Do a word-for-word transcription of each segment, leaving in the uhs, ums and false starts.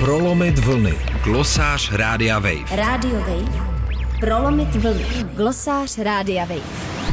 Prolomit vlny. Glosář Rádia Wave. Rádio Wave. Prolomit vlny. Glosář Rádia Wave.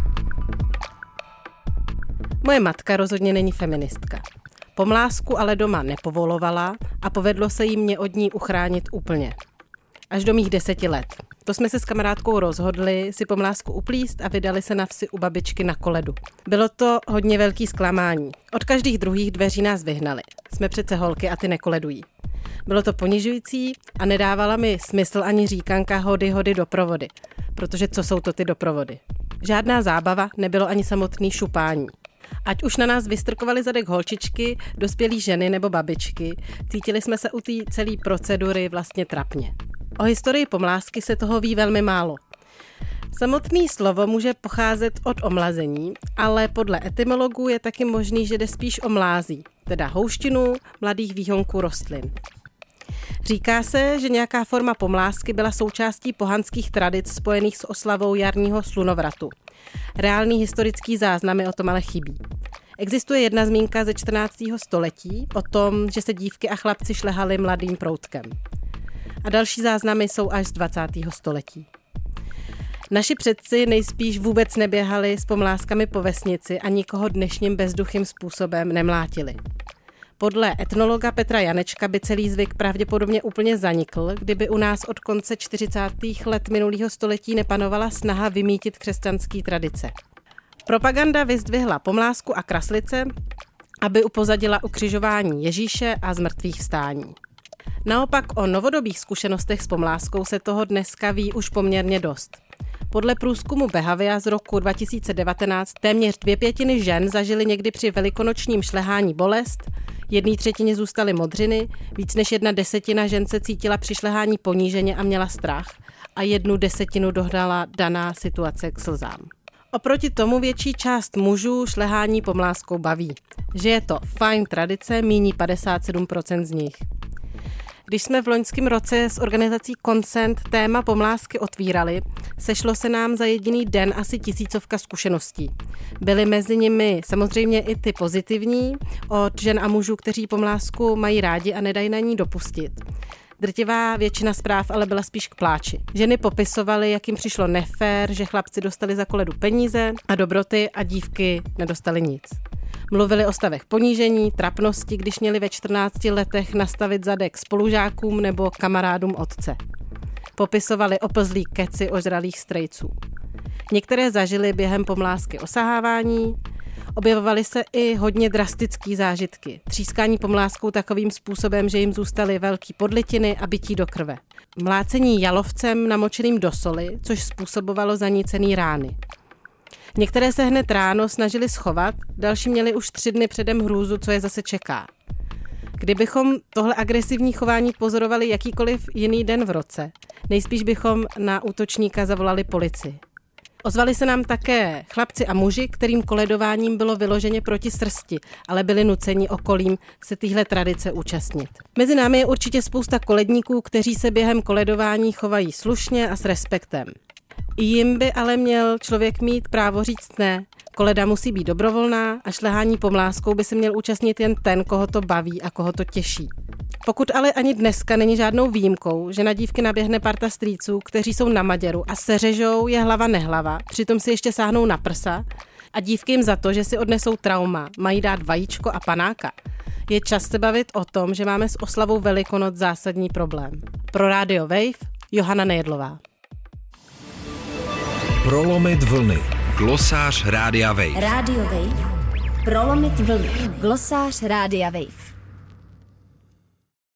Moje matka rozhodně není feministka. Pomlásku ale doma nepovolovala a povedlo se jí mě od ní uchránit úplně. Až do mých deseti let. To jsme se s kamarádkou rozhodli si pomlásku uplíst a vydali se na vsi u babičky na koledu. Bylo to hodně velký zklamání. Od každých druhých dveří nás vyhnali. Jsme přece holky a ty nekoledují. Bylo to ponižující a nedávala mi smysl ani říkanka hody hody doprovody. Protože co jsou to ty doprovody? Žádná zábava, nebylo ani samotný šupání. Ať už na nás vystrkovali zadek holčičky, dospělí ženy nebo babičky, cítili jsme se u té celé procedury vlastně trapně. O historii pomlásky se toho ví velmi málo. Samotné slovo může pocházet od omlazení, ale podle etymologů je taky možný, že jde spíš o mlází, teda houštinu mladých výhonků rostlin. Říká se, že nějaká forma pomlásky byla součástí pohanských tradic spojených s oslavou jarního slunovratu. Reálný historický záznamy o tom ale chybí. Existuje jedna zmínka ze čtrnáctého století o tom, že se dívky a chlapci šlehali mladým proutkem. A další záznamy jsou až z dvacátého století. Naši předci nejspíš vůbec neběhali s pomláskami po vesnici a nikoho dnešním bezduchým způsobem nemlátili. Podle etnologa Petra Janečka by celý zvyk pravděpodobně úplně zanikl, kdyby u nás od konce čtyřicátých let minulého století nepanovala snaha vymýtit křesťanské tradice. Propaganda vyzdvihla pomlásku a kraslice, aby upozadila ukřižování Ježíše a zmrtvých vstání. Naopak o novodobých zkušenostech s pomláskou se toho dneska ví už poměrně dost. Podle průzkumu Behavia z roku dva tisíce devatenáct téměř dvě pětiny žen zažily někdy při velikonočním šlehání bolest, jedné třetině zůstaly modřiny, víc než jedna desetina žen se cítila při šlehání poníženě a měla strach a jednu desetinu dohnala daná situace k slzám. Oproti tomu větší část mužů šlehání pomláskou baví. Že je to fajn tradice, míní padesát sedm procent z nich. Když jsme v loňském roce s organizací Consent téma pomlásky otvírali, sešlo se nám za jediný den asi tisícovka zkušeností. Byly mezi nimi samozřejmě i ty pozitivní, od žen a mužů, kteří pomlásku mají rádi a nedají na ní dopustit. Drtivá většina zpráv ale byla spíš k pláči. Ženy popisovaly, jak jim přišlo nefér, že chlapci dostali za koledu peníze a dobroty a dívky nedostali nic. Mluvili o stavech ponížení, trapnosti, když měli ve čtrnácti letech nastavit zadek spolužákům nebo kamarádům otce. Popisovali oplzlý keci ožralých strejců. Některé zažili během pomlásky osahávání, objevovaly se i hodně drastické zážitky. Třískání pomláskou takovým způsobem, že jim zůstaly velký podlitiny a bytí do krve. Mlácení jalovcem namočeným do soli, což způsobovalo zanícený rány. Některé se hned ráno snažili schovat, další měli už tři dny předem hrůzu, co je zase čeká. Kdybychom tohle agresivní chování pozorovali jakýkoliv jiný den v roce, nejspíš bychom na útočníka zavolali policii. Ozvali se nám také chlapci a muži, kterým koledováním bylo vyloženě proti srsti, ale byli nuceni okolím se téhle tradice účastnit. Mezi námi je určitě spousta koledníků, kteří se během koledování chovají slušně a s respektem. I jim by ale měl člověk mít právo říct ne. Koleda musí být dobrovolná a šlehání pomláskou by se měl účastnit jen ten, koho to baví a koho to těší. Pokud ale ani dneska není žádnou výjimkou, že na dívky naběhne parta strýců, kteří jsou na maděru a seřežou je hlava nehlava, přitom si ještě sáhnou na prsa a dívky jim za to, že si odnesou trauma, mají dát vajíčko a panáka. Je čas se bavit o tom, že máme s oslavou Velikonoc zásadní problém. Pro Rádio Wave, Johana Nejedlová. Prolomit vlny. Glosář Rádia Wave. Rádio Wave. Prolomit vlny. Glosář Rádia Wave.